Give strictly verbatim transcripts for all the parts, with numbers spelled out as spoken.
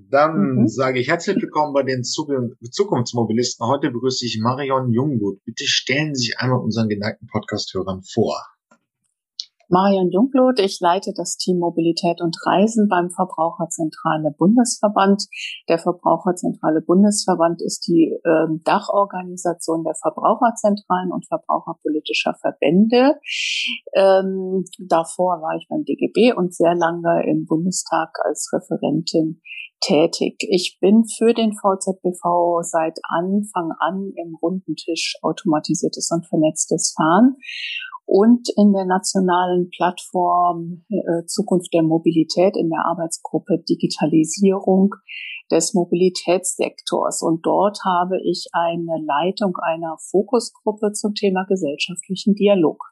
Dann Mhm. sage ich herzlich willkommen bei den Zukunftsmobilisten. Heute begrüße ich Marion Jungblut. Bitte stellen Sie sich einmal unseren geneigten Podcast-Hörern vor. Marion Jungblut, ich leite das Team Mobilität und Reisen beim Verbraucherzentrale Bundesverband. Der Verbraucherzentrale Bundesverband ist die äh, Dachorganisation der Verbraucherzentralen und verbraucherpolitischer Verbände. Ähm, davor war ich beim D G B und sehr lange im Bundestag als Referentin tätig. Ich bin für den V Z B V seit Anfang an im runden Tisch automatisiertes und vernetztes Fahren und in der nationalen Plattform äh, Zukunft der Mobilität in der Arbeitsgruppe Digitalisierung des Mobilitätssektors. Und dort habe ich eine Leitung einer Fokusgruppe zum Thema gesellschaftlichen Dialog.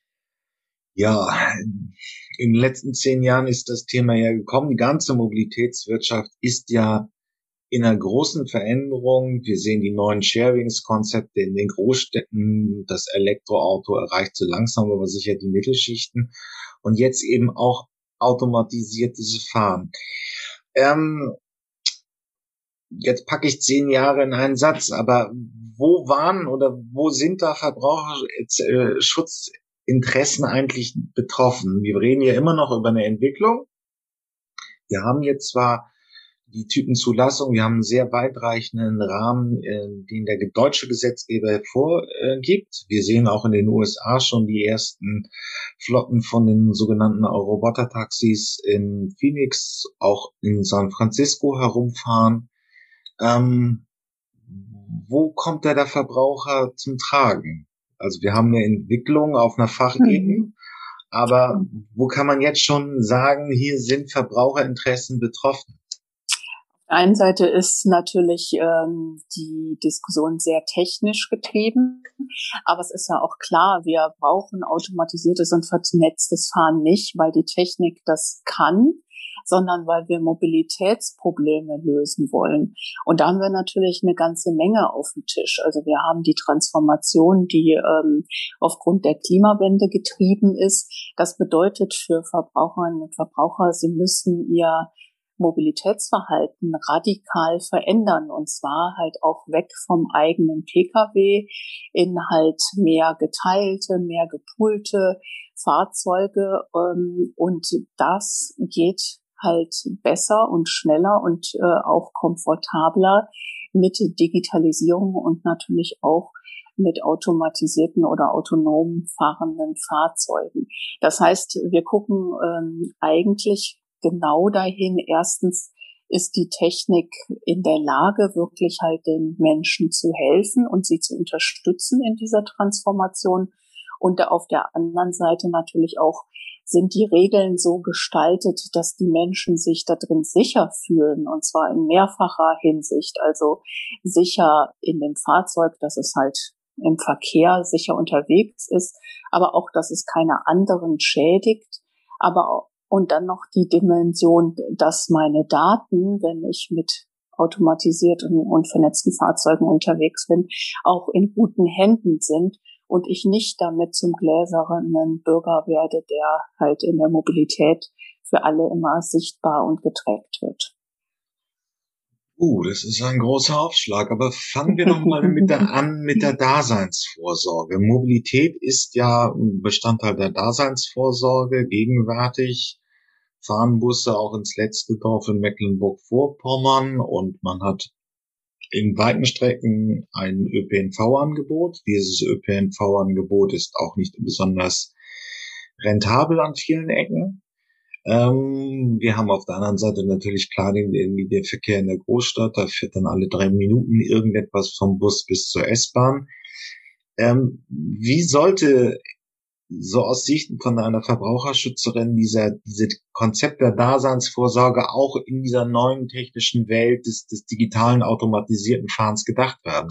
Ja, in den letzten zehn Jahren ist das Thema ja gekommen. Die ganze Mobilitätswirtschaft ist ja in einer großen Veränderung. Wir sehen die neuen Sharings-Konzepte in den Großstädten. Das Elektroauto erreicht so langsam aber sicher die Mittelschichten. Und jetzt eben auch automatisiertes Fahren. Ähm, jetzt packe ich zehn Jahre in einen Satz, aber wo waren oder wo sind da Verbraucherschutzinteressen eigentlich betroffen? Wir reden ja immer noch über eine Entwicklung. Wir haben jetzt zwar die Typenzulassung, wir haben einen sehr weitreichenden Rahmen, den der deutsche Gesetzgeber vorgibt. Wir sehen auch in den U S A schon die ersten Flotten von den sogenannten Roboter-Taxis in Phoenix, auch in San Francisco herumfahren. Ähm, wo kommt da der Verbraucher zum Tragen? Also wir haben eine Entwicklung auf einer Fachebene, mhm. aber wo kann man jetzt schon sagen, hier sind Verbraucherinteressen betroffen? Auf der einen Seite ist natürlich ähm, die Diskussion sehr technisch getrieben, aber es ist ja auch klar, wir brauchen automatisiertes und vernetztes Fahren nicht, weil die Technik das kann, sondern weil wir Mobilitätsprobleme lösen wollen. Und da haben wir natürlich eine ganze Menge auf dem Tisch. Also wir haben die Transformation, die ähm, aufgrund der Klimawende getrieben ist. Das bedeutet für Verbraucherinnen und Verbraucher, sie müssen ihr Mobilitätsverhalten radikal verändern, und zwar halt auch weg vom eigenen Pkw in halt mehr geteilte, mehr gepoolte Fahrzeuge, ähm, und das geht halt besser und schneller und äh, auch komfortabler mit Digitalisierung und natürlich auch mit automatisierten oder autonom fahrenden Fahrzeugen. Das heißt, wir gucken ähm, eigentlich genau dahin. Erstens, ist die Technik in der Lage, wirklich halt den Menschen zu helfen und sie zu unterstützen in dieser Transformation? Und auf der anderen Seite natürlich auch, sind die Regeln so gestaltet, dass die Menschen sich da drin sicher fühlen, und zwar in mehrfacher Hinsicht. Also sicher in dem Fahrzeug, dass es halt im Verkehr sicher unterwegs ist, aber auch, dass es keine anderen schädigt, aber auch, und dann noch die Dimension, dass meine Daten, wenn ich mit automatisierten und vernetzten Fahrzeugen unterwegs bin, auch in guten Händen sind und ich nicht damit zum gläsernen Bürger werde, der halt in der Mobilität für alle immer sichtbar und getrackt wird. Uh, das ist ein großer Aufschlag. Aber fangen wir noch mal mit der, an mit der Daseinsvorsorge. Mobilität ist ja Bestandteil der Daseinsvorsorge. Gegenwärtig fahren Busse auch ins letzte Dorf in Mecklenburg-Vorpommern und man hat in weiten Strecken ein Ö P N V-Angebot. Dieses Ö P N V-Angebot ist auch nicht besonders rentabel an vielen Ecken. Ähm, wir haben auf der anderen Seite natürlich klar den, den, den Verkehr in der Großstadt. Da fährt dann alle drei Minuten irgendetwas vom Bus bis zur S-Bahn. Ähm, wie sollte so aus Sicht von einer Verbraucherschützerin dieser, diese Konzept der Daseinsvorsorge auch in dieser neuen technischen Welt des, des digitalen automatisierten Fahrens gedacht werden?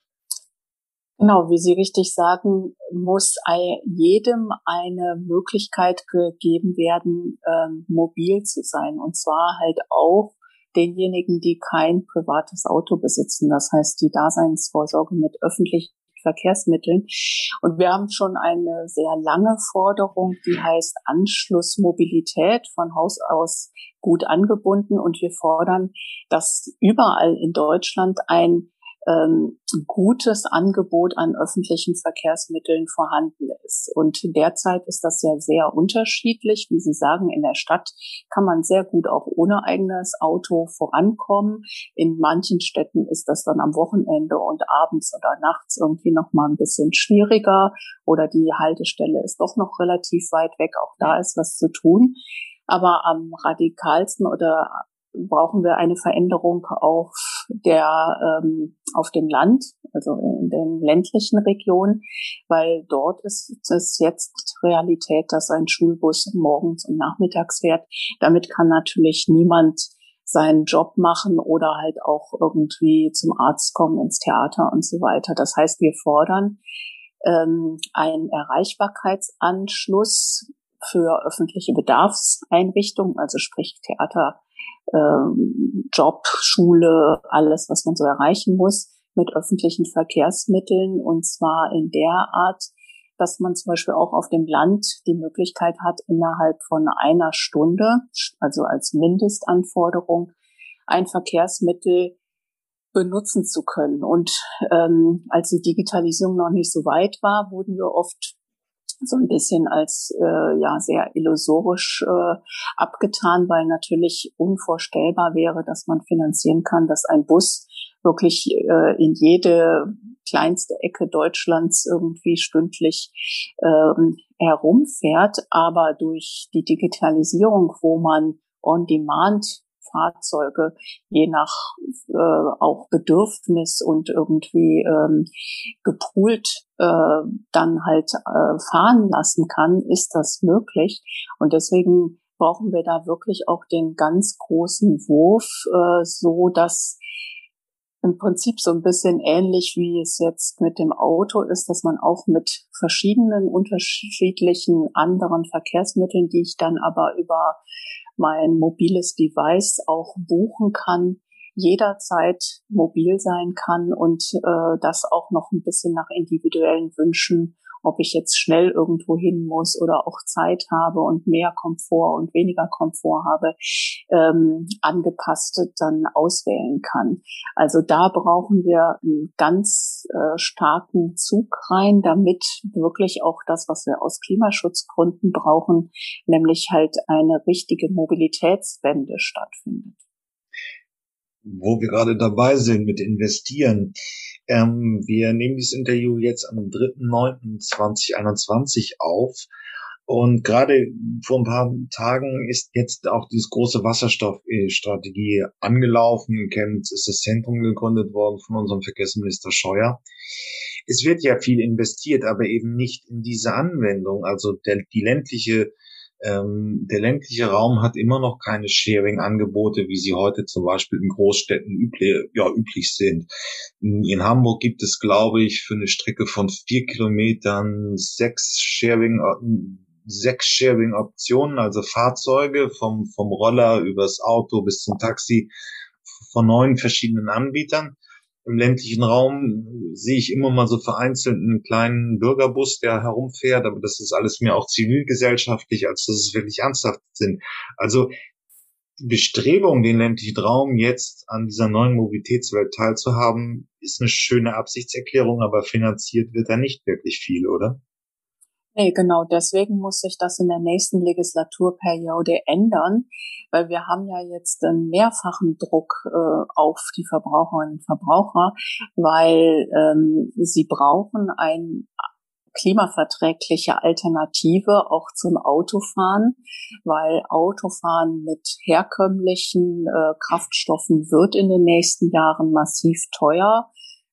Genau, wie Sie richtig sagen, muss jedem eine Möglichkeit gegeben werden, ähm, mobil zu sein. Und zwar halt auch denjenigen, die kein privates Auto besitzen. Das heißt, die Daseinsvorsorge mit öffentlichen Verkehrsmitteln. Und wir haben schon eine sehr lange Forderung, die heißt Anschlussmobilität, von Haus aus gut angebunden und wir fordern, dass überall in Deutschland ein ähm, gutes Angebot an öffentlichen Verkehrsmitteln vorhanden ist. Und derzeit ist das ja sehr unterschiedlich. Wie Sie sagen, in der Stadt kann man sehr gut auch ohne eigenes Auto vorankommen. In manchen Städten ist das dann am Wochenende und abends oder nachts irgendwie noch mal ein bisschen schwieriger oder die Haltestelle ist doch noch relativ weit weg. Auch da ist was zu tun. Aber am radikalsten oder brauchen wir eine Veränderung auf der ähm, auf dem Land, also in den ländlichen Regionen, weil dort ist es jetzt Realität, dass ein Schulbus morgens und nachmittags fährt. Damit kann natürlich niemand seinen Job machen oder halt auch irgendwie zum Arzt kommen, ins Theater und so weiter. Das heißt, wir fordern ähm, einen Erreichbarkeitsanschluss für öffentliche Bedarfseinrichtungen, also sprich Theater, ähm, Job, Schule, alles, was man so erreichen muss, mit öffentlichen Verkehrsmitteln, und zwar in der Art, dass man zum Beispiel auch auf dem Land die Möglichkeit hat, innerhalb von einer Stunde, also als Mindestanforderung, ein Verkehrsmittel benutzen zu können. Und ähm, als die Digitalisierung noch nicht so weit war, wurden wir oft so ein bisschen als äh, ja sehr illusorisch äh, abgetan, weil natürlich unvorstellbar wäre, dass man finanzieren kann, dass ein Bus wirklich äh, in jede kleinste Ecke Deutschlands irgendwie stündlich ähm, herumfährt. Aber durch die Digitalisierung, wo man on-demand Fahrzeuge je nach äh, auch Bedürfnis und irgendwie ähm, gepoolt äh, dann halt äh, fahren lassen kann, ist das möglich. Und deswegen brauchen wir da wirklich auch den ganz großen Wurf, äh, so dass im Prinzip so ein bisschen ähnlich wie es jetzt mit dem Auto ist, dass man auch mit verschiedenen unterschiedlichen anderen Verkehrsmitteln, die ich dann aber über mein mobiles Device auch buchen kann, jederzeit mobil sein kann und äh, das auch noch ein bisschen nach individuellen Wünschen, ob ich jetzt schnell irgendwo hin muss oder auch Zeit habe und mehr Komfort und weniger Komfort habe, ähm, angepasst dann auswählen kann. Also da brauchen wir einen ganz äh, starken Zug rein, damit wirklich auch das, was wir aus Klimaschutzgründen brauchen, nämlich halt eine richtige Mobilitätswende stattfindet. Wo wir gerade dabei sind mit investieren. Ähm, wir nehmen dieses Interview jetzt am dritten neunten zweitausendeinundzwanzig auf. Und gerade vor ein paar Tagen ist jetzt auch diese große Wasserstoffstrategie angelaufen. In Chemnitz ist das Zentrum gegründet worden von unserem Verkehrsminister Scheuer. Es wird ja viel investiert, aber eben nicht in diese Anwendung. Also der, die ländliche Ähm, der ländliche Raum hat immer noch keine Sharing-Angebote, wie sie heute zum Beispiel in Großstädten üblich, ja, üblich sind. In Hamburg gibt es, glaube ich, für eine Strecke von vier Kilometern sechs Sharing, sechs Sharing-Optionen, also Fahrzeuge vom, vom Roller übers Auto bis zum Taxi von neun verschiedenen Anbietern. Im ländlichen Raum sehe ich immer mal so vereinzelt einen kleinen Bürgerbus, der herumfährt, aber das ist alles mehr auch zivilgesellschaftlich, als dass es wirklich ernsthaft sind. Also die Bestrebung, den ländlichen Raum jetzt an dieser neuen Mobilitätswelt teilzuhaben, ist eine schöne Absichtserklärung, aber finanziert wird da nicht wirklich viel, oder? Nee, genau. Deswegen muss sich das in der nächsten Legislaturperiode ändern, weil wir haben ja jetzt einen mehrfachen Druck äh, auf die Verbraucherinnen und Verbraucher, weil ähm, sie brauchen eine klimaverträgliche Alternative auch zum Autofahren, weil Autofahren mit herkömmlichen äh, Kraftstoffen wird in den nächsten Jahren massiv teuer.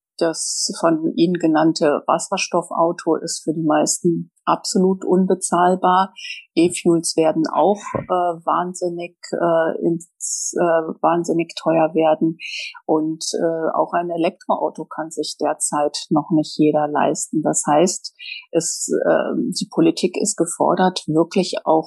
Das von Ihnen genannte Wasserstoffauto ist für die meisten absolut unbezahlbar. E-Fuels werden auch äh, wahnsinnig äh, ins, äh, wahnsinnig teuer werden. Und äh, auch ein Elektroauto kann sich derzeit noch nicht jeder leisten. Das heißt, es, äh, die Politik ist gefordert, wirklich auch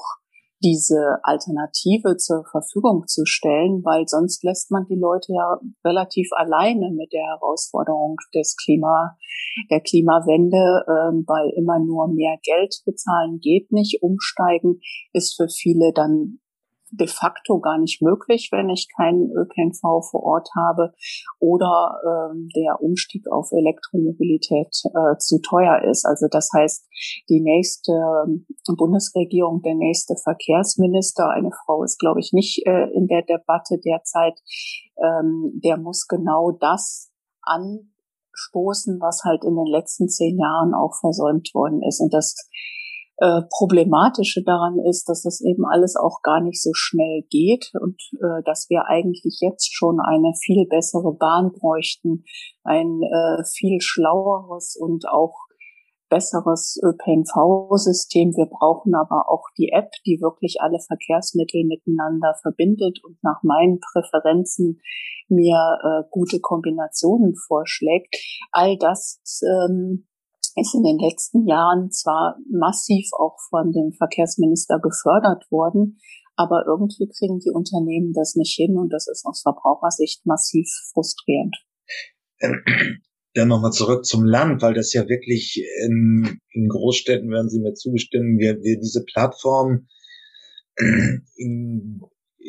diese Alternative zur Verfügung zu stellen, weil sonst lässt man die Leute ja relativ alleine mit der Herausforderung des Klima, der Klimawende, ähm, weil immer nur mehr Geld bezahlen geht nicht. Umsteigen ist für viele dann de facto gar nicht möglich, wenn ich keinen Ö P N V vor Ort habe oder ähm, der Umstieg auf Elektromobilität äh, zu teuer ist. Also das heißt, die nächste Bundesregierung, der nächste Verkehrsminister, eine Frau ist, glaube ich, nicht äh, in der Debatte derzeit, ähm, der muss genau das anstoßen, was halt in den letzten zehn Jahren auch versäumt worden ist. Und das Äh, Problematische daran ist, dass das eben alles auch gar nicht so schnell geht und äh, dass wir eigentlich jetzt schon eine viel bessere Bahn bräuchten, ein äh, viel schlaueres und auch besseres Ö P N V-System. Wir brauchen aber auch die App, die wirklich alle Verkehrsmittel miteinander verbindet und nach meinen Präferenzen mir äh, gute Kombinationen vorschlägt. All das ähm, ist in den letzten Jahren zwar massiv auch von dem Verkehrsminister gefördert worden, aber irgendwie kriegen die Unternehmen das nicht hin und das ist aus Verbrauchersicht massiv frustrierend. Ähm, dann nochmal zurück zum Land, weil das ja wirklich in, in Großstädten, werden Sie mir zugestimmen, wir, wir diese Plattform in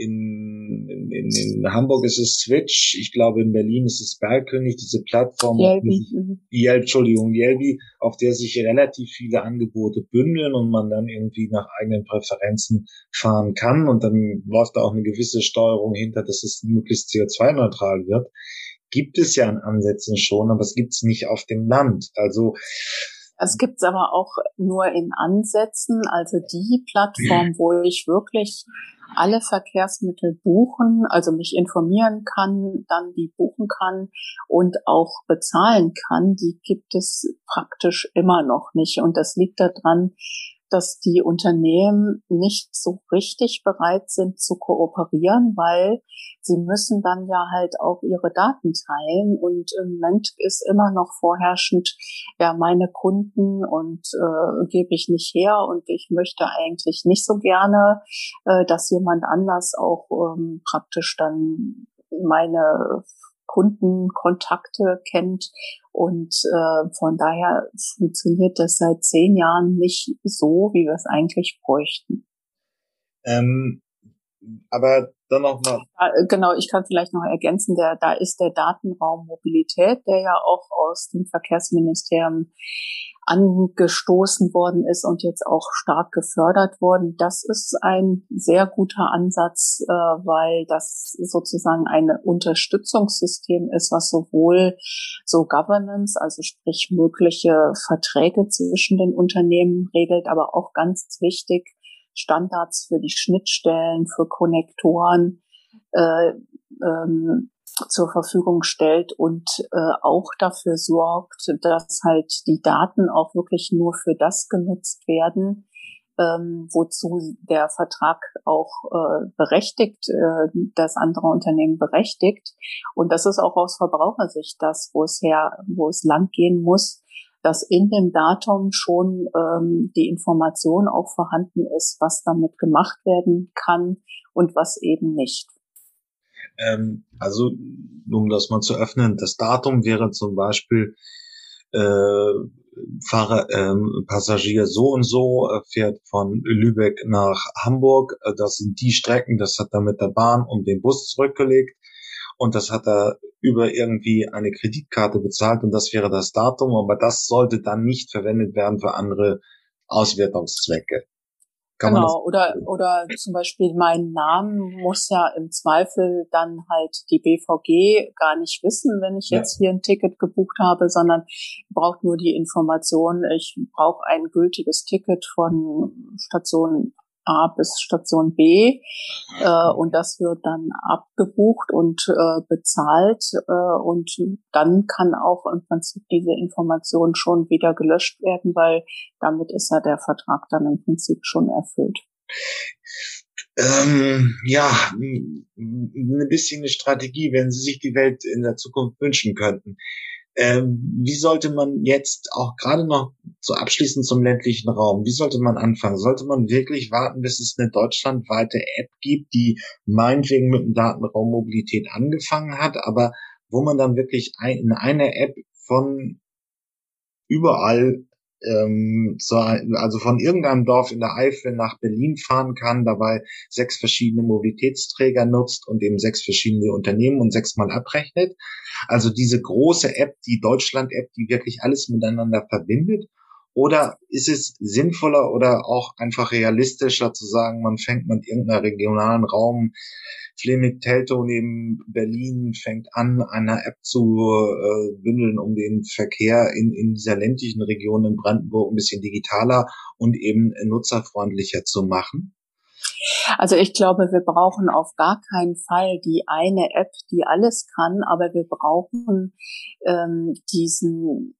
In, in, in Hamburg ist es Switch, ich glaube in Berlin ist es Bergkönig, diese Plattform, Yelby. Yelby, Entschuldigung, Yelby, auf der sich relativ viele Angebote bündeln und man dann irgendwie nach eigenen Präferenzen fahren kann und dann läuft da auch eine gewisse Steuerung hinter, dass es möglichst C O zwei neutral wird. Gibt es ja an Ansätzen schon, aber es gibt es nicht auf dem Land. Also Es gibt's aber auch nur in Ansätzen, also die Plattform, wo ich wirklich alle Verkehrsmittel buchen, also mich informieren kann, dann die buchen kann und auch bezahlen kann, die gibt es praktisch immer noch nicht. Und das liegt daran, dass die Unternehmen nicht so richtig bereit sind zu kooperieren, weil sie müssen dann ja halt auch ihre Daten teilen und im Moment ist immer noch vorherrschend, ja, meine Kunden und äh, gebe ich nicht her und ich möchte eigentlich nicht so gerne, äh, dass jemand anders auch ähm, praktisch dann meine Kundenkontakte kennt und äh, von daher funktioniert das seit zehn Jahren nicht so, wie wir es eigentlich bräuchten. Ähm, aber dann noch mal. Genau, ich kann vielleicht noch ergänzen, der, da ist der Datenraum Mobilität, der ja auch aus dem Verkehrsministerium angestoßen worden ist und jetzt auch stark gefördert worden. Das ist ein sehr guter Ansatz, äh, weil das sozusagen ein Unterstützungssystem ist, was sowohl so Governance, also sprich mögliche Verträge zwischen den Unternehmen regelt, aber auch ganz wichtig, Standards für die Schnittstellen, für Konnektoren äh, ähm, zur Verfügung stellt und äh, auch dafür sorgt, dass halt die Daten auch wirklich nur für das genutzt werden, ähm, wozu der Vertrag auch äh, berechtigt, äh, das andere Unternehmen berechtigt. Und das ist auch aus Verbrauchersicht das, wo es her, wo es lang gehen muss, dass in dem Datum schon ähm, die Information auch vorhanden ist, was damit gemacht werden kann und was eben nicht. Ähm, also, um das mal zu öffnen, das Datum wäre zum Beispiel äh, Fahrer, ähm, Passagier so und so äh, fährt von Lübeck nach Hamburg. Äh, das sind die Strecken, das hat er mit der Bahn und dem Bus zurückgelegt. Und das hat er über irgendwie eine Kreditkarte bezahlt und das wäre das Datum, aber das sollte dann nicht verwendet werden für andere Auswertungszwecke. Kann genau, oder oder zum Beispiel mein Namen muss ja im Zweifel dann halt die B V G gar nicht wissen, wenn ich jetzt ja. hier ein Ticket gebucht habe, sondern braucht nur die Information, ich brauche ein gültiges Ticket von Station A bis Station B äh, und das wird dann abgebucht und äh, bezahlt äh, und dann kann auch im Prinzip diese Information schon wieder gelöscht werden, weil damit ist ja der Vertrag dann im Prinzip schon erfüllt. Ähm, ja, ein bisschen eine Strategie, wenn Sie sich die Welt in der Zukunft wünschen könnten. Ähm, wie sollte man jetzt auch gerade noch so abschließend zum ländlichen Raum, wie sollte man anfangen? Sollte man wirklich warten, bis es eine deutschlandweite App gibt, die meinetwegen mit dem Datenraum Mobilität angefangen hat, aber wo man dann wirklich ein, in einer App von überall ähm, so ein, also von irgendeinem Dorf in der Eifel nach Berlin fahren kann, dabei sechs verschiedene Mobilitätsträger nutzt und eben sechs verschiedene Unternehmen und sechsmal abrechnet. Also diese große App, die Deutschland-App, die wirklich alles miteinander verbindet. Oder ist es sinnvoller oder auch einfach realistischer zu sagen, man fängt mit irgendeiner regionalen Raum, Fleming-Teltow neben Berlin fängt an, eine App zu äh, bündeln, um den Verkehr in, in dieser ländlichen Region in Brandenburg ein bisschen digitaler und eben nutzerfreundlicher zu machen? Also ich glaube, wir brauchen auf gar keinen Fall die eine App, die alles kann, aber wir brauchen ähm, diesen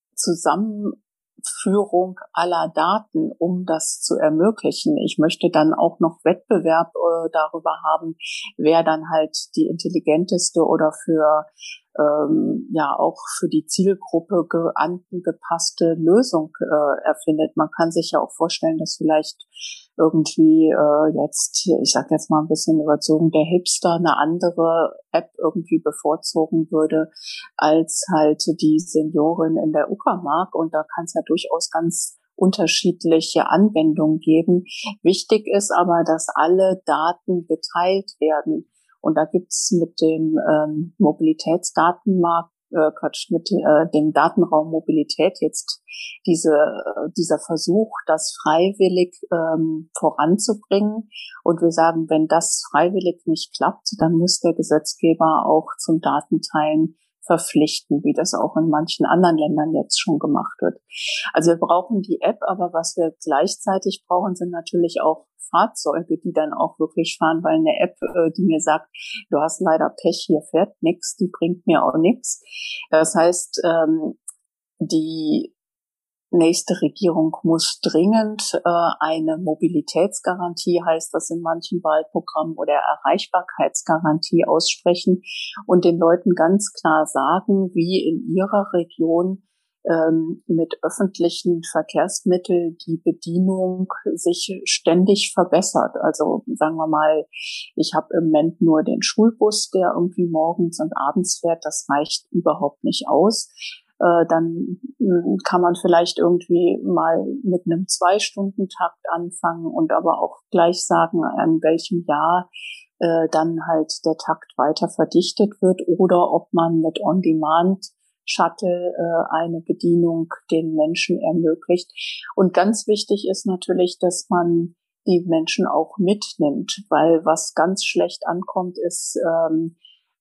Zusammenführung aller Daten, um das zu ermöglichen. Ich möchte dann auch noch Wettbewerb äh, darüber haben, wer dann halt die intelligenteste oder für ähm, ja auch für die Zielgruppe ge angepasste Lösung äh, erfindet. Man kann sich ja auch vorstellen, dass vielleicht irgendwie äh, jetzt, ich sage jetzt mal ein bisschen überzogen, der Hipster eine andere App irgendwie bevorzugen würde als halt die Seniorin in der Uckermark. Und da kann es ja durchaus ganz unterschiedliche Anwendungen geben. Wichtig ist aber, dass alle Daten geteilt werden. Und da gibt's mit dem ähm, Mobilitätsdatenmarkt, äh, Quatsch, mit äh, dem Datenraum Mobilität jetzt diese, äh, dieser Versuch, das freiwillig ähm, voranzubringen. Und wir sagen, wenn das freiwillig nicht klappt, dann muss der Gesetzgeber auch zum Datenteilen verpflichten, wie das auch in manchen anderen Ländern jetzt schon gemacht wird. Also wir brauchen die App, aber was wir gleichzeitig brauchen, sind natürlich auch Fahrzeuge, die dann auch wirklich fahren, weil eine App, äh, die mir sagt, du hast leider Pech, hier fährt nichts, die bringt mir auch nichts. Das heißt, ähm, die nächste Regierung muss dringend äh, eine Mobilitätsgarantie, heißt das in manchen Wahlprogrammen, oder Erreichbarkeitsgarantie aussprechen und den Leuten ganz klar sagen, wie in ihrer Region ähm, mit öffentlichen Verkehrsmitteln die Bedienung sich ständig verbessert. Also sagen wir mal, ich habe im Moment nur den Schulbus, der irgendwie morgens und abends fährt. Das reicht überhaupt nicht aus. Äh, dann mh, kann man vielleicht irgendwie mal mit einem Zwei-Stunden-Takt anfangen und aber auch gleich sagen, an welchem Jahr äh, dann halt der Takt weiter verdichtet wird oder ob man mit On-Demand Shuttle äh, eine Bedienung den Menschen ermöglicht. Und ganz wichtig ist natürlich, dass man die Menschen auch mitnimmt, weil was ganz schlecht ankommt, ist ähm,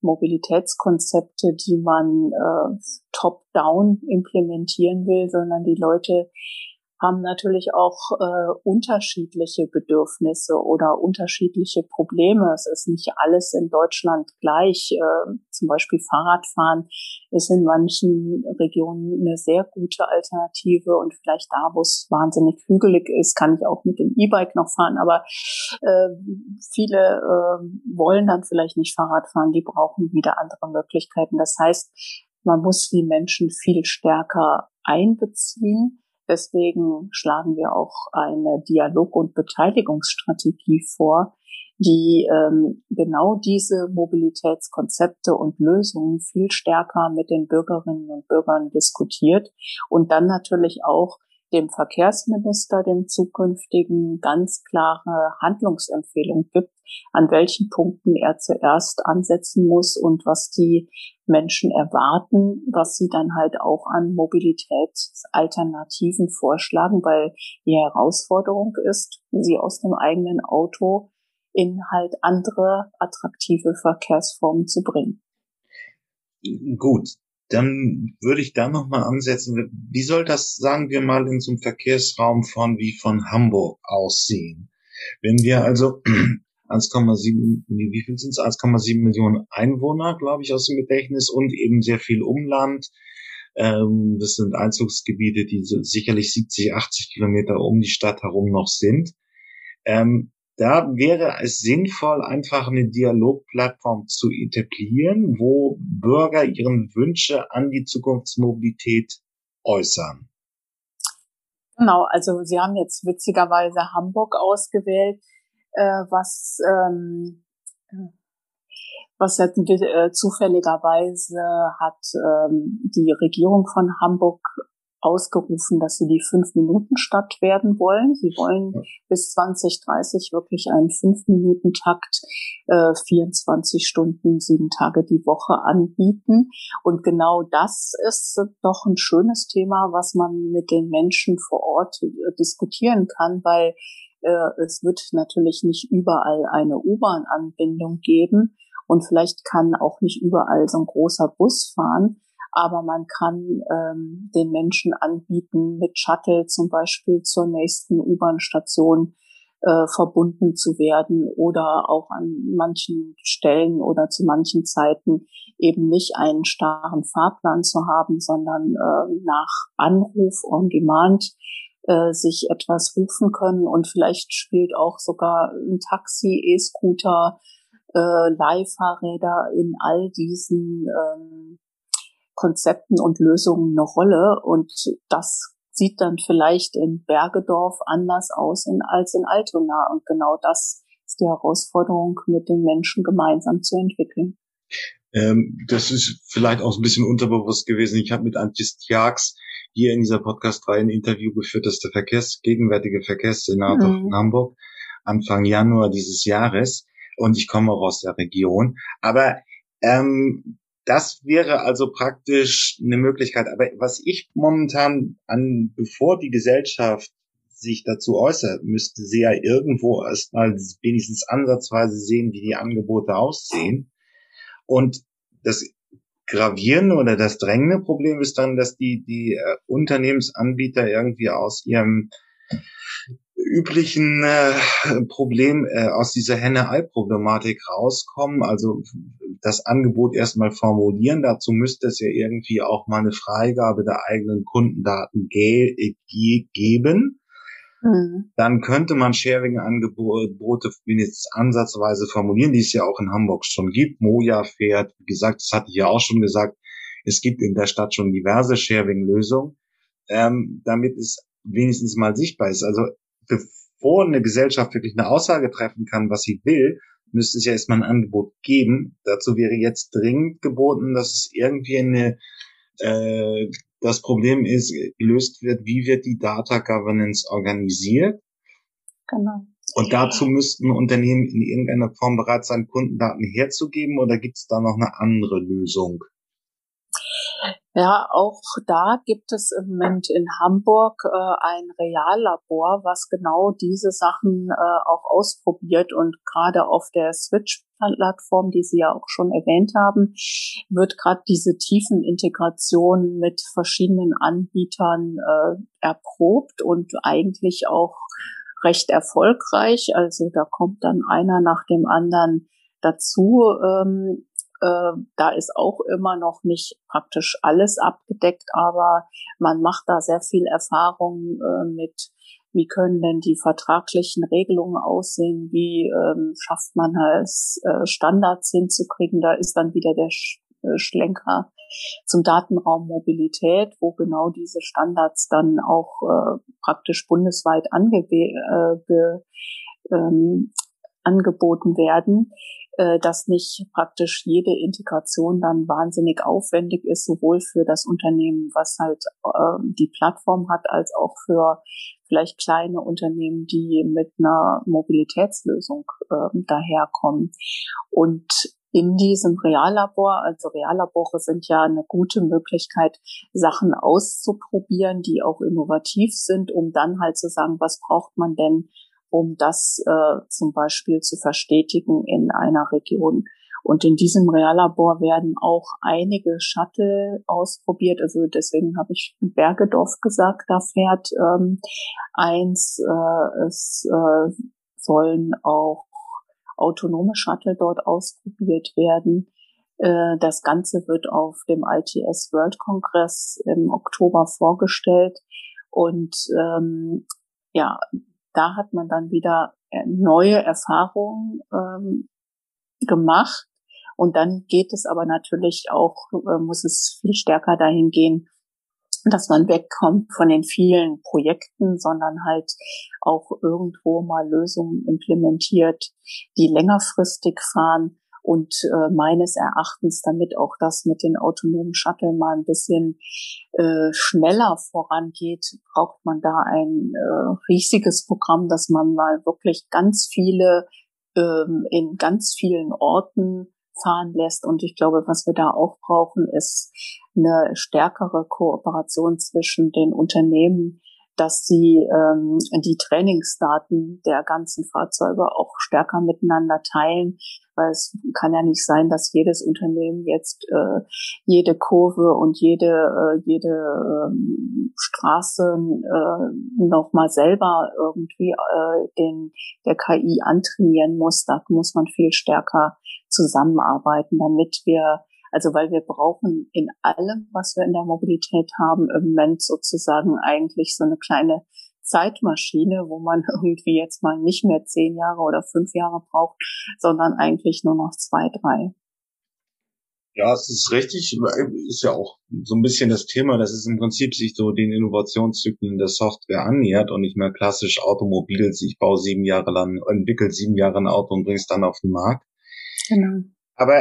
Mobilitätskonzepte, die man äh, top-down implementieren will, sondern die Leute haben natürlich auch äh, unterschiedliche Bedürfnisse oder unterschiedliche Probleme. Es ist nicht alles in Deutschland gleich. Äh, zum Beispiel Fahrradfahren ist in manchen Regionen eine sehr gute Alternative und vielleicht da, wo es wahnsinnig hügelig ist, kann ich auch mit dem E-Bike noch fahren. Aber äh, viele äh, wollen dann vielleicht nicht Fahrrad fahren, die brauchen wieder andere Möglichkeiten. Das heißt, man muss die Menschen viel stärker einbeziehen. Deswegen schlagen wir auch eine Dialog- und Beteiligungsstrategie vor, die ähm, genau diese Mobilitätskonzepte und Lösungen viel stärker mit den Bürgerinnen und Bürgern diskutiert und dann natürlich auch dem Verkehrsminister, dem zukünftigen, ganz klare Handlungsempfehlung gibt, an welchen Punkten er zuerst ansetzen muss und was die Menschen erwarten, was sie dann halt auch an Mobilitätsalternativen vorschlagen, weil die Herausforderung ist, sie aus dem eigenen Auto in halt andere attraktive Verkehrsformen zu bringen. Gut, dann würde ich da nochmal ansetzen. Wie soll das, sagen wir mal, in so einem Verkehrsraum von wie von Hamburg aussehen? Wenn wir also eins Komma sieben, nee, wie viel sind es? eins Komma sieben Millionen Einwohner, glaube ich, aus dem Gedächtnis und eben sehr viel Umland. Ähm, das sind Einzugsgebiete, die so sicherlich siebzig, achtzig Kilometer um die Stadt herum noch sind. Ähm, da wäre es sinnvoll, einfach eine Dialogplattform zu etablieren, wo Bürger ihren Wünsche an die Zukunftsmobilität äußern. Genau, also Sie haben jetzt witzigerweise Hamburg ausgewählt, äh, was ähm, was jetzt äh, zufälligerweise hat ähm, die Regierung von Hamburg ausgerufen, dass sie die Fünf-Minuten-Stadt werden wollen. Sie wollen Ja. bis zwanzig dreißig wirklich einen Fünf-Minuten-Takt, äh, vierundzwanzig Stunden, sieben Tage die Woche anbieten. Und genau das ist doch ein schönes Thema, was man mit den Menschen vor Ort äh, diskutieren kann, weil äh, es wird natürlich nicht überall eine U-Bahn-Anbindung geben und vielleicht kann auch nicht überall so ein großer Bus fahren. Aber man kann ähm, den Menschen anbieten, mit Shuttle zum Beispiel zur nächsten U-Bahn-Station äh, verbunden zu werden oder auch an manchen Stellen oder zu manchen Zeiten eben nicht einen starren Fahrplan zu haben, sondern äh, nach Anruf on Demand äh, sich etwas rufen können. Und vielleicht spielt auch sogar ein Taxi, E-Scooter, äh, Leihfahrräder in all diesen ähm, Konzepten und Lösungen eine Rolle, und das sieht dann vielleicht in Bergedorf anders aus in, als in Altona, und genau das ist die Herausforderung, mit den Menschen gemeinsam zu entwickeln. Ähm, das ist vielleicht auch ein bisschen unterbewusst gewesen. Ich habe mit Antjes Tjax hier in dieser Podcast-Reihe ein Interview geführt, das ist der Verkehrs-, gegenwärtige Verkehrssenator Mhm. von Hamburg, Anfang Januar dieses Jahres. Und ich komme auch aus der Region. Aber ähm, das wäre also praktisch eine Möglichkeit. Aber was ich momentan an, bevor die Gesellschaft sich dazu äußert, müsste sie ja irgendwo erstmal wenigstens ansatzweise sehen, wie die Angebote aussehen. Und das gravierende oder das drängende Problem ist dann, dass die, die äh, Unternehmensanbieter irgendwie aus ihrem üblichen äh, Problem, äh, aus dieser Henne-Ei-Problematik rauskommen, also das Angebot erstmal formulieren. Dazu müsste es ja irgendwie auch mal eine Freigabe der eigenen Kundendaten ge- ge- geben. Mhm. Dann könnte man Sharing-Angebote wenigstens ansatzweise formulieren, die es ja auch in Hamburg schon gibt. Moja fährt, wie gesagt, das hatte ich ja auch schon gesagt, es gibt in der Stadt schon diverse Sharing-Lösungen, ähm, damit es wenigstens mal sichtbar ist. Also bevor eine Gesellschaft wirklich eine Aussage treffen kann, was sie will, müsste es ja erstmal ein Angebot geben. Dazu wäre jetzt dringend geboten, dass es irgendwie eine äh, das Problem ist, gelöst wird, wie wird die Data Governance organisiert? Genau. Und dazu müssten Unternehmen in irgendeiner Form bereit sein, Kundendaten herzugeben, oder gibt es da noch eine andere Lösung? Ja, auch da gibt es im Moment in Hamburg äh, ein Reallabor, was genau diese Sachen äh, auch ausprobiert, und gerade auf der Switch-Plattform, die Sie ja auch schon erwähnt haben, wird gerade diese Tiefenintegration mit verschiedenen Anbietern äh, erprobt und eigentlich auch recht erfolgreich. Also da kommt dann einer nach dem anderen dazu. Ähm, Äh, da ist auch immer noch nicht praktisch alles abgedeckt, aber man macht da sehr viel Erfahrung äh, mit, wie können denn die vertraglichen Regelungen aussehen, wie ähm, schafft man es, äh, Standards hinzukriegen. Da ist dann wieder der Sch äh, Schlenker zum Datenraum Mobilität, wo genau diese Standards dann auch äh, praktisch bundesweit ange äh, ge ähm, angeboten werden, äh, dass nicht praktisch jede Integration dann wahnsinnig aufwendig ist, sowohl für das Unternehmen, was halt äh, die Plattform hat, als auch für vielleicht kleine Unternehmen, die mit einer Mobilitätslösung äh, daherkommen. Und in diesem Reallabor, also Reallabore sind ja eine gute Möglichkeit, Sachen auszuprobieren, die auch innovativ sind, um dann halt zu sagen, was braucht man denn, um das äh, zum Beispiel zu verstetigen in einer Region. Und in diesem Reallabor werden auch einige Shuttle ausprobiert. Also deswegen habe ich Bergedorf gesagt, da fährt ähm, eins. Äh, es äh, sollen auch autonome Shuttle dort ausprobiert werden. Äh, das Ganze wird auf dem I T S World Congress im Oktober vorgestellt. Und ähm, ja, da hat man dann wieder neue Erfahrungen ähm, gemacht. Und dann geht es aber natürlich auch, äh, muss es viel stärker dahin gehen, dass man wegkommt von den vielen Projekten, sondern halt auch irgendwo mal Lösungen implementiert, die längerfristig fahren Und äh, meines Erachtens, damit auch das mit den autonomen Shuttle mal ein bisschen äh, schneller vorangeht, braucht man da ein äh, riesiges Programm, dass man mal wirklich ganz viele ähm, in ganz vielen Orten fahren lässt. Und ich glaube, was wir da auch brauchen, ist eine stärkere Kooperation zwischen den Unternehmen, dass sie ähm, die Trainingsdaten der ganzen Fahrzeuge auch stärker miteinander teilen, weil es kann ja nicht sein, dass jedes Unternehmen jetzt äh, jede Kurve und jede äh, jede ähm, Straße äh, nochmal selber irgendwie äh, den der K I antrainieren muss. Da muss man viel stärker zusammenarbeiten, damit wir Also weil wir brauchen in allem, was wir in der Mobilität haben, im Moment sozusagen eigentlich so eine kleine Zeitmaschine, wo man irgendwie jetzt mal nicht mehr zehn Jahre oder fünf Jahre braucht, sondern eigentlich nur noch zwei, drei. Ja, es ist richtig, ist ja auch so ein bisschen das Thema, dass es im Prinzip sich so den Innovationszyklen der Software annähert und nicht mehr klassisch Automobil, ich baue sieben Jahre lang, entwickle sieben Jahre ein Auto und bringe es dann auf den Markt. Genau. Aber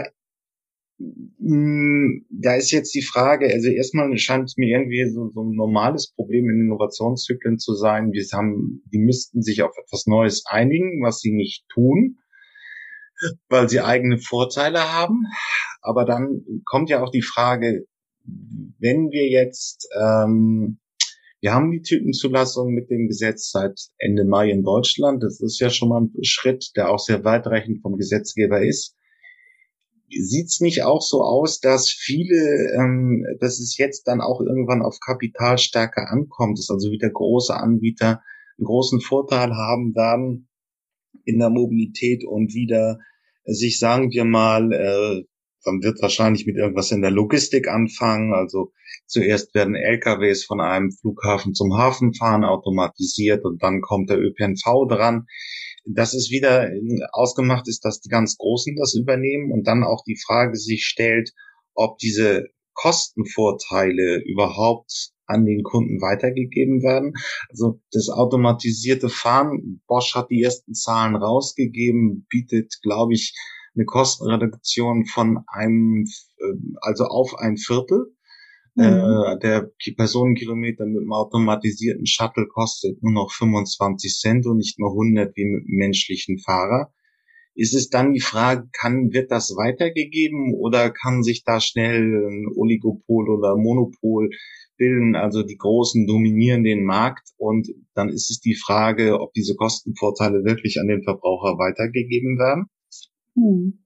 da ist jetzt die Frage, also erstmal scheint es mir irgendwie so, so ein normales Problem in Innovationszyklen zu sein. Wir haben, die müssten sich auf etwas Neues einigen, was sie nicht tun, weil sie eigene Vorteile haben. Aber dann kommt ja auch die Frage, wenn wir jetzt, ähm, wir haben die Typenzulassung mit dem Gesetz seit Ende Mai in Deutschland. Das ist ja schon mal ein Schritt, der auch sehr weitreichend vom Gesetzgeber ist. Sieht's nicht auch so aus, dass viele, ähm, dass es jetzt dann auch irgendwann auf Kapitalstärke ankommt, dass also wieder große Anbieter einen großen Vorteil haben werden in der Mobilität und wieder äh, sich, sagen wir mal, äh, dann wird wahrscheinlich mit irgendwas in der Logistik anfangen, also zuerst werden L K Ws von einem Flughafen zum Hafen fahren, automatisiert, und dann kommt der Ö P N V dran. Dass es wieder ausgemacht ist, dass die ganz Großen das übernehmen und dann auch die Frage sich stellt, ob diese Kostenvorteile überhaupt an den Kunden weitergegeben werden. Also das automatisierte Fahren, Bosch hat die ersten Zahlen rausgegeben, bietet, glaube ich, eine Kostenreduktion von einem, also auf ein Viertel. Mhm. Äh, der Personenkilometer mit dem automatisierten Shuttle kostet nur noch fünfundzwanzig Cent und nicht nur hundert wie mit dem menschlichen Fahrer. Ist es dann die Frage, kann, wird das weitergegeben oder kann sich da schnell ein Oligopol oder Monopol bilden? Also die Großen dominieren den Markt und dann ist es die Frage, ob diese Kostenvorteile wirklich an den Verbraucher weitergegeben werden. Mhm.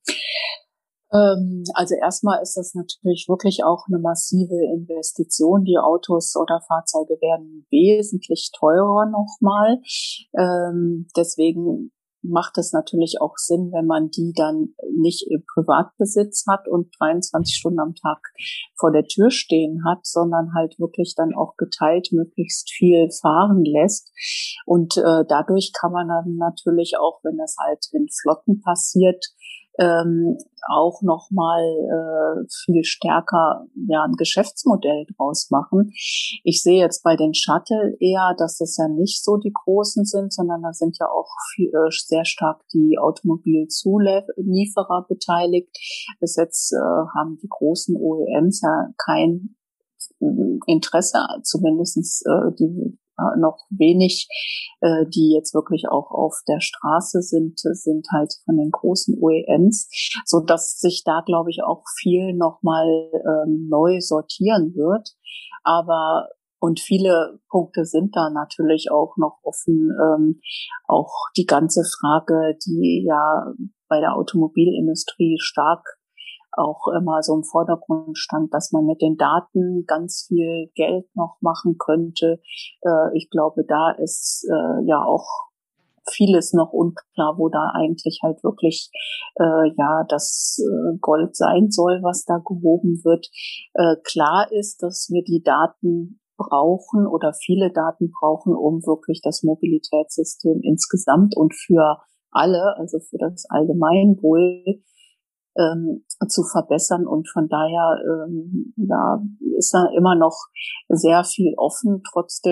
Ähm, also erstmal ist das natürlich wirklich auch eine massive Investition. Die Autos oder Fahrzeuge werden wesentlich teurer nochmal. Ähm, deswegen macht es natürlich auch Sinn, wenn man die dann nicht im Privatbesitz hat und dreiundzwanzig Stunden am Tag vor der Tür stehen hat, sondern halt wirklich dann auch geteilt möglichst viel fahren lässt. Und äh, dadurch kann man dann natürlich auch, wenn das halt in Flotten passiert, ähm, auch noch mal äh, viel stärker ja ein Geschäftsmodell draus machen. Ich sehe jetzt bei den Shuttle eher, dass es ja nicht so die großen sind, sondern da sind ja auch viel, äh, sehr stark die Automobilzulieferer beteiligt. Bis jetzt äh, haben die großen O E Ms ja kein Interesse, zumindestens äh, die noch wenig, äh, die jetzt wirklich auch auf der Straße sind, sind halt von den großen O E Ms, so dass sich da, glaube ich, auch viel nochmal ähm, neu sortieren wird. Aber und viele Punkte sind da natürlich auch noch offen. Ähm, auch die ganze Frage, die ja bei der Automobilindustrie stark auch immer so im Vordergrund stand, dass man mit den Daten ganz viel Geld noch machen könnte. Äh, ich glaube, da ist äh, ja auch vieles noch unklar, wo da eigentlich halt wirklich äh, ja das äh, Gold sein soll, was da gehoben wird. Äh, klar ist, dass wir die Daten brauchen oder viele Daten brauchen, um wirklich das Mobilitätssystem insgesamt und für alle, also für das Allgemeinwohl, ähm, zu verbessern, und von daher ähm, da ist da immer noch sehr viel offen. Trotzdem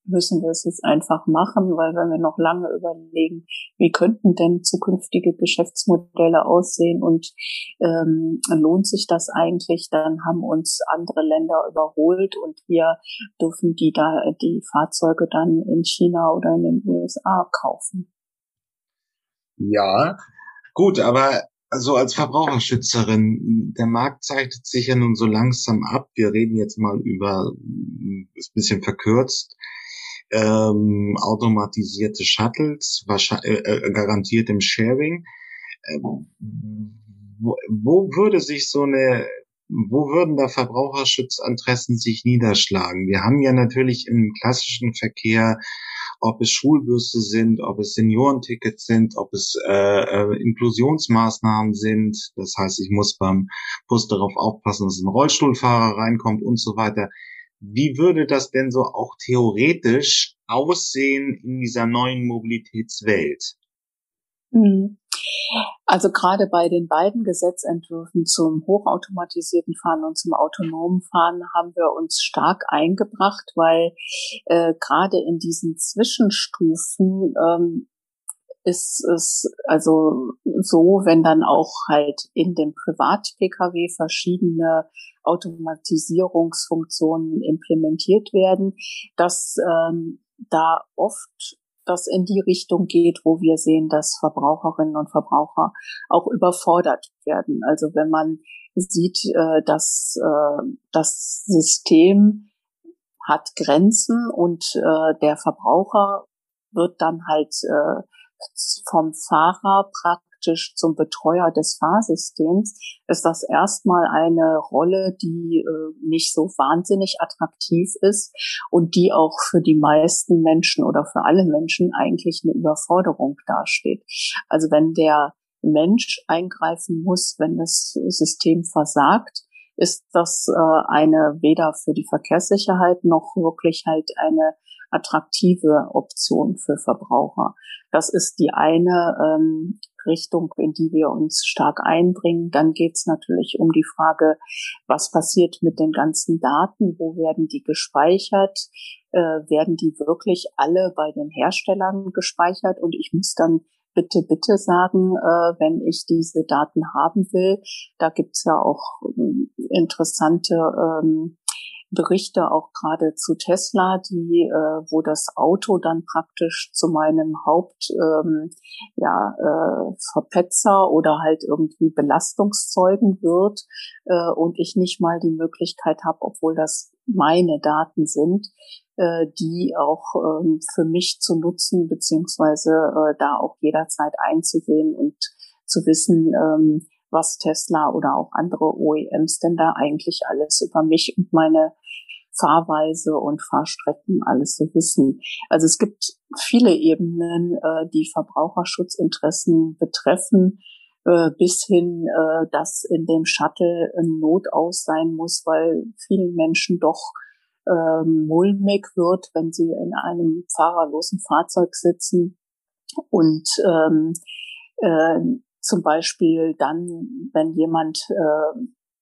müssen wir es jetzt einfach machen, weil wenn wir noch lange überlegen, wie könnten denn zukünftige Geschäftsmodelle aussehen und ähm, lohnt sich das eigentlich, dann haben uns andere Länder überholt und wir dürfen die da die Fahrzeuge dann in China oder in den U S A kaufen. Ja, gut, aber also als Verbraucherschützerin, der Markt zeichnet sich ja nun so langsam ab. Wir reden jetzt mal über, ist ein bisschen verkürzt, ähm, automatisierte Shuttles, wahrscheinlich äh, garantiert im Sharing. Ähm, wo, wo würde sich so eine, wo würden da Verbraucherschutzinteressen sich niederschlagen? Wir haben ja natürlich im klassischen Verkehr, ob es Schulbusse sind, ob es Seniorentickets sind, ob es äh, äh, Inklusionsmaßnahmen sind. Das heißt, ich muss beim Bus darauf aufpassen, dass ein Rollstuhlfahrer reinkommt und so weiter. Wie würde das denn so auch theoretisch aussehen in dieser neuen Mobilitätswelt? Mhm. Also gerade bei den beiden Gesetzentwürfen zum hochautomatisierten Fahren und zum autonomen Fahren haben wir uns stark eingebracht, weil äh, gerade in diesen Zwischenstufen ähm, ist es also so, wenn dann auch halt in dem Privat-P K W verschiedene Automatisierungsfunktionen implementiert werden, dass ähm, da oft das in die Richtung geht, wo wir sehen, dass Verbraucherinnen und Verbraucher auch überfordert werden. Also wenn man sieht, äh, dass äh, das System hat Grenzen und äh, der Verbraucher wird dann halt äh, vom Fahrer praktisch zum Betreuer des Fahrsystems, ist das erstmal eine Rolle, die äh, nicht so wahnsinnig attraktiv ist und die auch für die meisten Menschen oder für alle Menschen eigentlich eine Überforderung darstellt. Also wenn der Mensch eingreifen muss, wenn das System versagt, ist das äh, eine weder für die Verkehrssicherheit noch wirklich halt eine attraktive Option für Verbraucher. Das ist die eine ähm, Richtung, in die wir uns stark einbringen. Dann geht es natürlich um die Frage, was passiert mit den ganzen Daten, wo werden die gespeichert, äh, werden die wirklich alle bei den Herstellern gespeichert und ich muss dann bitte, bitte sagen, äh, wenn ich diese Daten haben will. Da gibt's ja auch ähm, interessante ähm, Berichte auch gerade zu Tesla, die, äh, wo das Auto dann praktisch zu meinem Haupt, ähm, ja, äh, Verpetzer oder halt irgendwie Belastungszeugen wird äh, und ich nicht mal die Möglichkeit habe, obwohl das meine Daten sind, äh, die auch ähm, für mich zu nutzen, beziehungsweise äh, da auch jederzeit einzusehen und zu wissen, ähm, was Tesla oder auch andere O E Ms denn da eigentlich alles über mich und meine Fahrweise und Fahrstrecken alles so wissen. Also es gibt viele Ebenen, äh, die Verbraucherschutzinteressen betreffen, äh, bis hin, äh, dass in dem Shuttle ein Notaus sein muss, weil vielen Menschen doch ähm, mulmig wird, wenn sie in einem fahrerlosen Fahrzeug sitzen und ähm, äh, zum Beispiel dann, wenn jemand äh,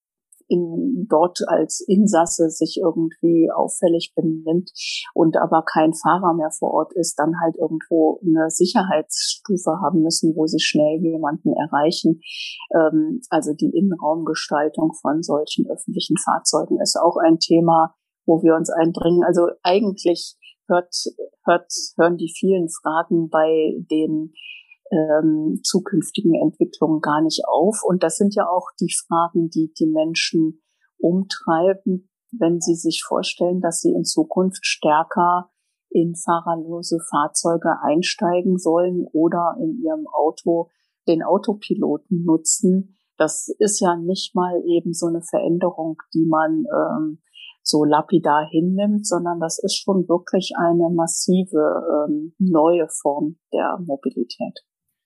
in, dort als Insasse sich irgendwie auffällig benimmt und aber kein Fahrer mehr vor Ort ist, dann halt irgendwo eine Sicherheitsstufe haben müssen, wo sie schnell jemanden erreichen. Ähm, also die Innenraumgestaltung von solchen öffentlichen Fahrzeugen ist auch ein Thema, wo wir uns einbringen. Also eigentlich hört, hört, hören die vielen Fragen bei den ähm, zukünftigen Entwicklungen gar nicht auf. Und das sind ja auch die Fragen, die die Menschen umtreiben, wenn sie sich vorstellen, dass sie in Zukunft stärker in fahrerlose Fahrzeuge einsteigen sollen oder in ihrem Auto den Autopiloten nutzen. Das ist ja nicht mal eben so eine Veränderung, die man ähm, so lapidar hinnimmt, sondern das ist schon wirklich eine massive ähm, neue Form der Mobilität.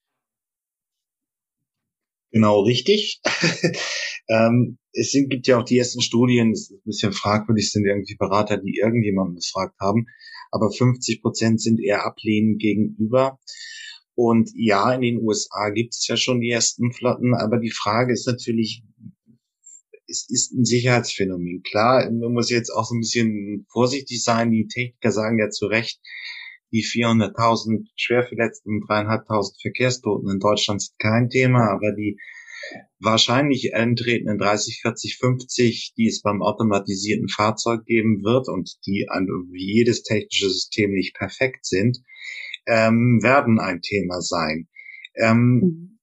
Genau richtig. ähm, es sind, gibt ja auch die ersten Studien, es ist ein bisschen fragwürdig, sind irgendwie Berater, die irgendjemanden befragt haben, aber fünfzig Prozent sind eher ablehnend gegenüber. Und ja, in den U S A gibt es ja schon die ersten Flotten, aber die Frage ist natürlich, es ist ein Sicherheitsphänomen. Klar, man muss jetzt auch so ein bisschen vorsichtig sein. Die Techniker sagen ja zu Recht, die vierhunderttausend Schwerverletzten und dreieinhalbtausend Verkehrstoten in Deutschland sind kein Thema, aber die wahrscheinlich eintretenden dreißig, vierzig, fünfzig, die es beim automatisierten Fahrzeug geben wird und die wie jedes technische System nicht perfekt sind, ähm, werden ein Thema sein. Ähm,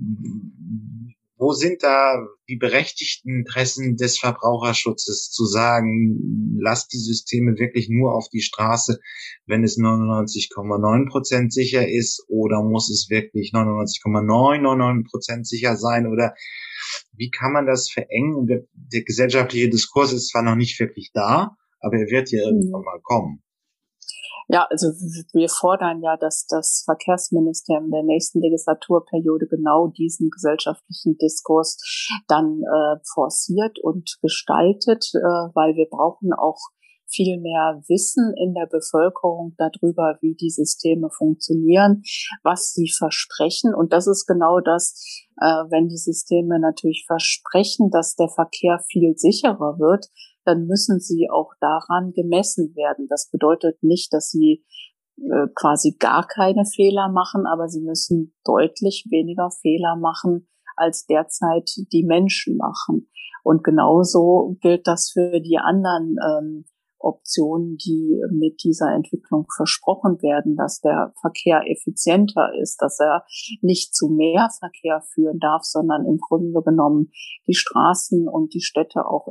wo sind da die berechtigten Interessen des Verbraucherschutzes zu sagen, lasst die Systeme wirklich nur auf die Straße, wenn es neunundneunzig Komma neun Prozent sicher ist, oder muss es wirklich neunundneunzig Komma neunundneunzig Prozent sicher sein, oder wie kann man das verengen? Der, der gesellschaftliche Diskurs ist zwar noch nicht wirklich da, aber er wird ja irgendwann mal kommen. Ja, also wir fordern ja, dass das Verkehrsministerium der nächsten Legislaturperiode genau diesen gesellschaftlichen Diskurs dann äh, forciert und gestaltet, äh, weil wir brauchen auch viel mehr Wissen in der Bevölkerung darüber, wie die Systeme funktionieren, was sie versprechen. Und das ist genau das, äh, wenn die Systeme natürlich versprechen, dass der Verkehr viel sicherer wird, dann müssen sie auch daran gemessen werden. Das bedeutet nicht, dass sie äh, quasi gar keine Fehler machen, aber sie müssen deutlich weniger Fehler machen, als derzeit die Menschen machen. Und genauso gilt das für die anderen ähm, Optionen, die mit dieser Entwicklung versprochen werden, dass der Verkehr effizienter ist, dass er nicht zu mehr Verkehr führen darf, sondern im Grunde genommen die Straßen und die Städte auch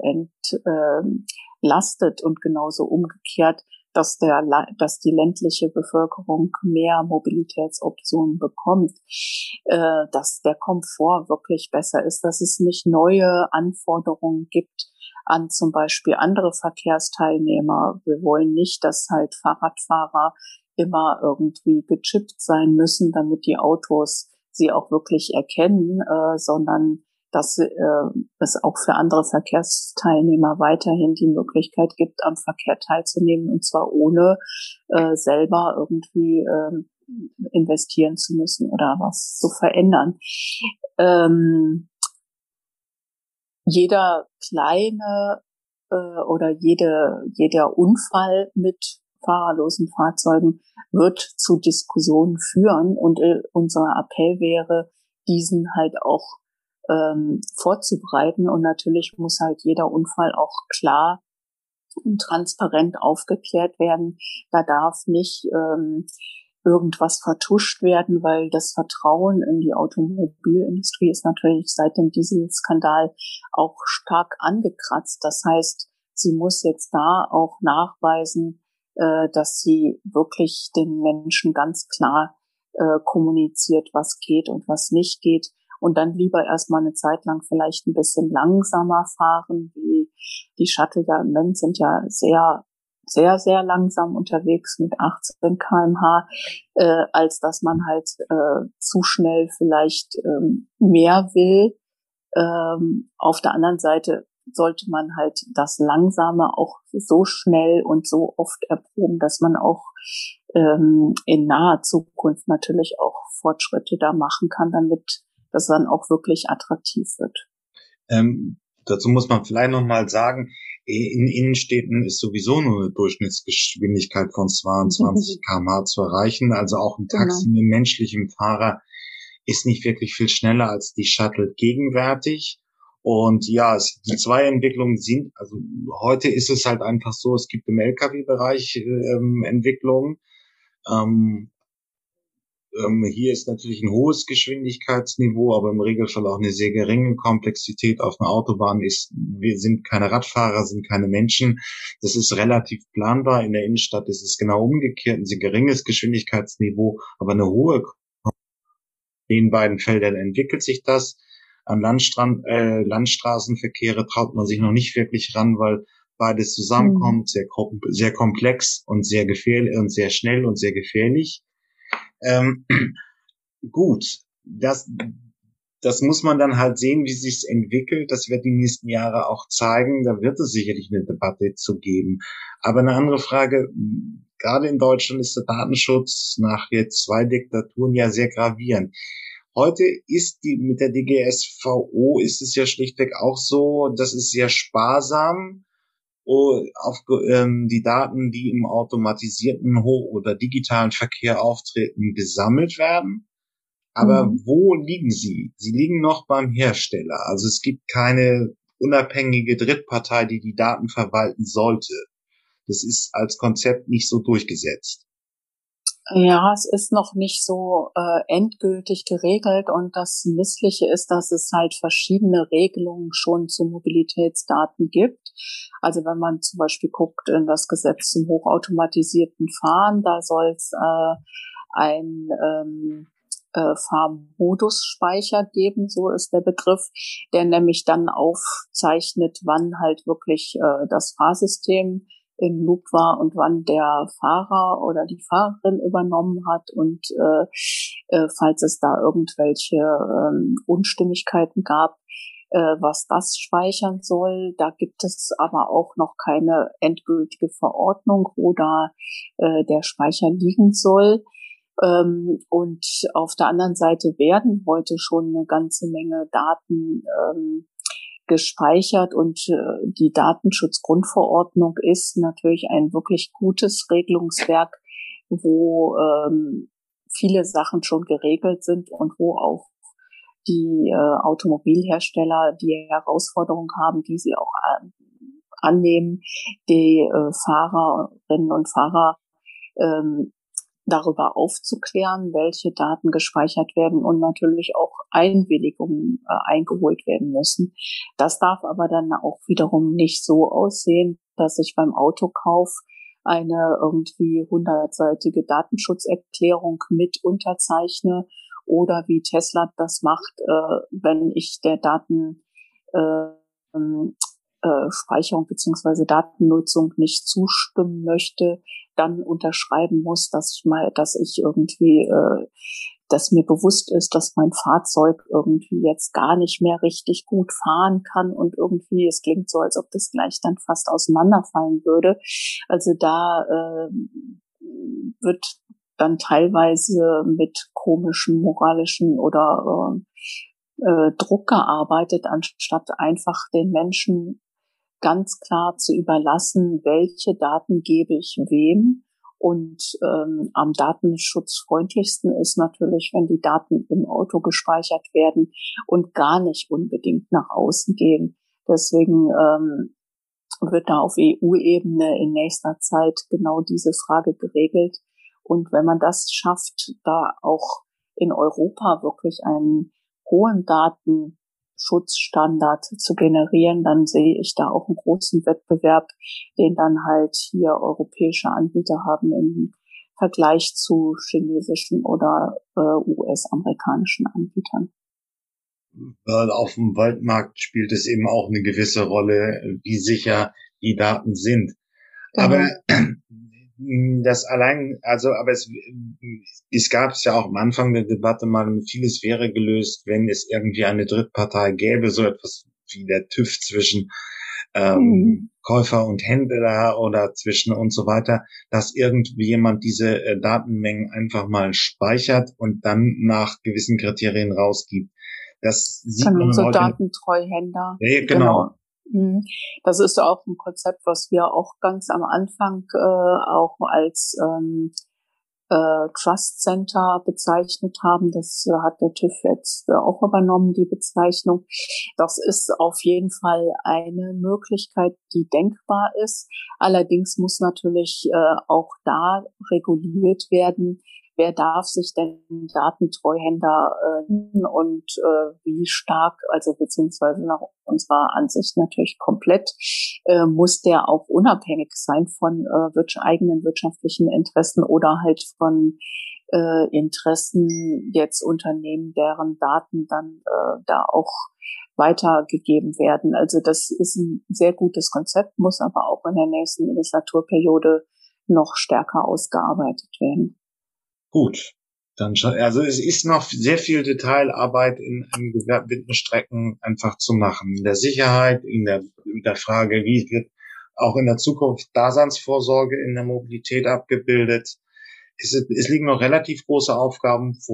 entlastet und genauso umgekehrt, dass der, dass die ländliche Bevölkerung mehr Mobilitätsoptionen bekommt, äh, dass der Komfort wirklich besser ist, dass es nicht neue Anforderungen gibt an zum Beispiel andere Verkehrsteilnehmer. Wir wollen nicht, dass halt Fahrradfahrer immer irgendwie gechippt sein müssen, damit die Autos sie auch wirklich erkennen, äh, sondern dass äh, es auch für andere Verkehrsteilnehmer weiterhin die Möglichkeit gibt, am Verkehr teilzunehmen, und zwar ohne äh, selber irgendwie äh, investieren zu müssen oder was zu verändern. Ähm, jeder kleine äh, oder jede jeder Unfall mit fahrerlosen Fahrzeugen wird zu Diskussionen führen, und äh, unser Appell wäre, diesen halt auch ähm, vorzubereiten, und natürlich muss halt jeder Unfall auch klar und transparent aufgeklärt werden. Da darf nicht ähm, irgendwas vertuscht werden, weil das Vertrauen in die Automobilindustrie ist natürlich seit dem Dieselskandal auch stark angekratzt. Das heißt, sie muss jetzt da auch nachweisen, äh, dass sie wirklich den Menschen ganz klar äh, kommuniziert, was geht und was nicht geht. Und dann lieber erstmal eine Zeit lang vielleicht ein bisschen langsamer fahren, wie die Shuttle ja im Moment sind ja sehr sehr, sehr langsam unterwegs mit achtzehn Kilometer pro Stunde, äh, als dass man halt äh, zu schnell vielleicht ähm, mehr will. Ähm, auf der anderen Seite sollte man halt das Langsame auch so schnell und so oft erproben, dass man auch ähm, in naher Zukunft natürlich auch Fortschritte da machen kann, damit das dann auch wirklich attraktiv wird. Ähm, dazu muss man vielleicht noch mal sagen, in Innenstädten ist sowieso nur eine Durchschnittsgeschwindigkeit von zweiundzwanzig Kilometer pro Stunde zu erreichen. Also auch ein Taxi genau. mit menschlichem Fahrer ist nicht wirklich viel schneller als die Shuttle gegenwärtig. Und ja, es, die zwei Entwicklungen sind, also heute ist es halt einfach so, es gibt im L K W-Bereich ähm, Entwicklungen. Ähm, ähm, hier ist natürlich ein hohes Geschwindigkeitsniveau, aber im Regelfall auch eine sehr geringe Komplexität. Auf einer Autobahn ist, wir sind keine Radfahrer, sind keine Menschen. Das ist relativ planbar. In der Innenstadt ist es genau umgekehrt, ein sehr geringes Geschwindigkeitsniveau, aber eine hohe. In den beiden Feldern entwickelt sich das. An Landstrand, äh, Landstraßenverkehre traut man sich noch nicht wirklich ran, weil beides zusammenkommt, mhm. sehr, sehr komplex und sehr gefährlich und sehr schnell und sehr gefährlich. Ähm, gut, das, das muss man dann halt sehen, wie sich's entwickelt. Das wird die nächsten Jahre auch zeigen. Da wird es sicherlich eine Debatte zu geben. Aber eine andere Frage, gerade in Deutschland ist der Datenschutz nach jetzt zwei Diktaturen ja sehr gravierend. Heute ist die, mit der D G S V O ist es ja schlichtweg auch so, dass es sehr sparsam oh, auf ähm, die Daten, die im automatisierten Hoch- oder digitalen Verkehr auftreten, gesammelt werden. Aber Mhm. wo liegen sie? Sie liegen noch beim Hersteller. Also es gibt keine unabhängige Drittpartei, die die Daten verwalten sollte. Das ist als Konzept nicht so durchgesetzt. Ja, es ist noch nicht so äh, endgültig geregelt und das Missliche ist, dass es halt verschiedene Regelungen schon zu Mobilitätsdaten gibt. Also wenn man zum Beispiel guckt in das Gesetz zum hochautomatisierten Fahren, da soll es äh, ein ähm, äh, Fahrmodusspeicher geben, so ist der Begriff, der nämlich dann aufzeichnet, wann halt wirklich äh, das Fahrsystem im Loop war und wann der Fahrer oder die Fahrerin übernommen hat und äh, äh, falls es da irgendwelche ähm, Unstimmigkeiten gab, äh, was das speichern soll. Da gibt es aber auch noch keine endgültige Verordnung, wo da äh, der Speicher liegen soll. Ähm, und auf der anderen Seite werden heute schon eine ganze Menge Daten ähm, gespeichert und äh, die Datenschutzgrundverordnung ist natürlich ein wirklich gutes Regelungswerk, wo ähm, viele Sachen schon geregelt sind und wo auch die äh, Automobilhersteller die Herausforderung haben, die sie auch an, annehmen, die äh, Fahrerinnen und Fahrer ähm, darüber aufzuklären, welche Daten gespeichert werden und natürlich auch Einwilligungen äh, eingeholt werden müssen. Das darf aber dann auch wiederum nicht so aussehen, dass ich beim Autokauf eine irgendwie hundertseitige Datenschutzerklärung mit unterzeichne oder wie Tesla das macht, äh, wenn ich der Daten äh, äh, Speicherung beziehungsweise Datennutzung nicht zustimmen möchte, dann unterschreiben muss, dass ich mal, dass ich irgendwie, äh, dass mir bewusst ist, dass mein Fahrzeug irgendwie jetzt gar nicht mehr richtig gut fahren kann und irgendwie, es klingt so, als ob das gleich dann fast auseinanderfallen würde. Also da äh, wird dann teilweise mit komischen moralischen oder äh, äh, Druck gearbeitet, anstatt einfach den Menschen ganz klar zu überlassen, welche Daten gebe ich wem. Und ähm, am datenschutzfreundlichsten ist natürlich, wenn die Daten im Auto gespeichert werden und gar nicht unbedingt nach außen gehen. Deswegen ähm, wird da auf E U-Ebene in nächster Zeit genau diese Frage geregelt. Und wenn man das schafft, da auch in Europa wirklich einen hohen Datenschutzstandard zu generieren, dann sehe ich da auch einen großen Wettbewerb, den dann halt hier europäische Anbieter haben im Vergleich zu chinesischen oder äh, U S-amerikanischen Anbietern. Weil auf dem Weltmarkt spielt es eben auch eine gewisse Rolle, wie sicher die Daten sind. Aber Genau. das allein, also, aber es, es gab es ja auch am Anfang der Debatte mal, vieles wäre gelöst, wenn es irgendwie eine Drittpartei gäbe, so etwas wie der TÜV zwischen ähm, Mhm. Käufer und Händler oder zwischen und so weiter, dass irgendwie jemand diese äh, Datenmengen einfach mal speichert und dann nach gewissen Kriterien rausgibt. Das sieht Genau, man so heute. Datentreuhänder. Ja, genau. Genau. Mhm. Das ist auch ein Konzept, was wir auch ganz am Anfang äh, auch als ähm, äh, Trust Center bezeichnet haben. Das äh, hat der TÜV jetzt äh, auch übernommen, die Bezeichnung. Das ist auf jeden Fall eine Möglichkeit, die denkbar ist. Allerdings muss natürlich äh, auch da reguliert werden, wer darf sich denn Datentreuhänder äh, nennen und äh, wie stark, also beziehungsweise nach unserer Ansicht natürlich komplett, äh, muss der auch unabhängig sein von äh, wir eigenen wirtschaftlichen Interessen oder halt von äh, Interessen jetzt Unternehmen, deren Daten dann äh, da auch weitergegeben werden. Also das ist ein sehr gutes Konzept, muss aber auch in der nächsten Legislaturperiode noch stärker ausgearbeitet werden. Gut. Dann schon, also es ist noch sehr viel Detailarbeit in, in gewährten Strecken einfach zu machen. In der Sicherheit, in der, in der Frage, wie wird auch in der Zukunft Daseinsvorsorge in der Mobilität abgebildet. Es, es liegen noch relativ große Aufgaben vor.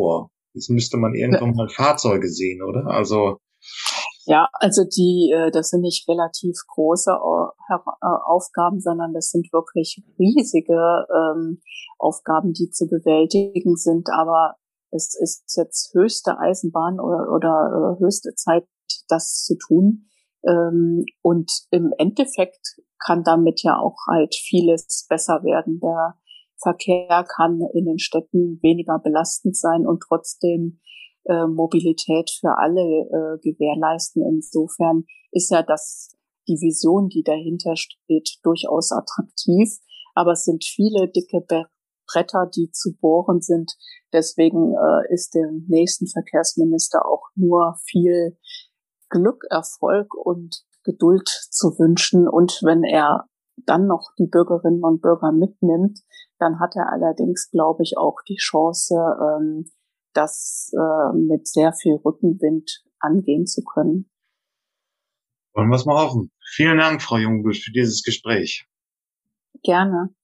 Jetzt müsste man irgendwann mal Fahrzeuge sehen, oder? Also ja, also die, äh, das sind nicht relativ große äh, Aufgaben, sondern das sind wirklich riesige ähm, Aufgaben, die zu bewältigen sind. Aber es ist jetzt höchste Eisenbahn oder, oder äh, höchste Zeit, das zu tun. Ähm, und im Endeffekt kann damit ja auch halt vieles besser werden. Der Verkehr kann in den Städten weniger belastend sein und trotzdem äh, Mobilität für alle äh, gewährleisten. Insofern ist ja das die Vision, die dahinter steht, durchaus attraktiv. Aber es sind viele dicke Bretter, die zu bohren sind. Deswegen äh, ist dem nächsten Verkehrsminister auch nur viel Glück, Erfolg und Geduld zu wünschen. Und wenn er dann noch die Bürgerinnen und Bürger mitnimmt, dann hat er allerdings, glaube ich, auch die Chance, ähm, das äh, mit sehr viel Rückenwind angehen zu können. Wollen wir es mal hoffen. Vielen Dank, Frau Jungbusch, für dieses Gespräch. Gerne.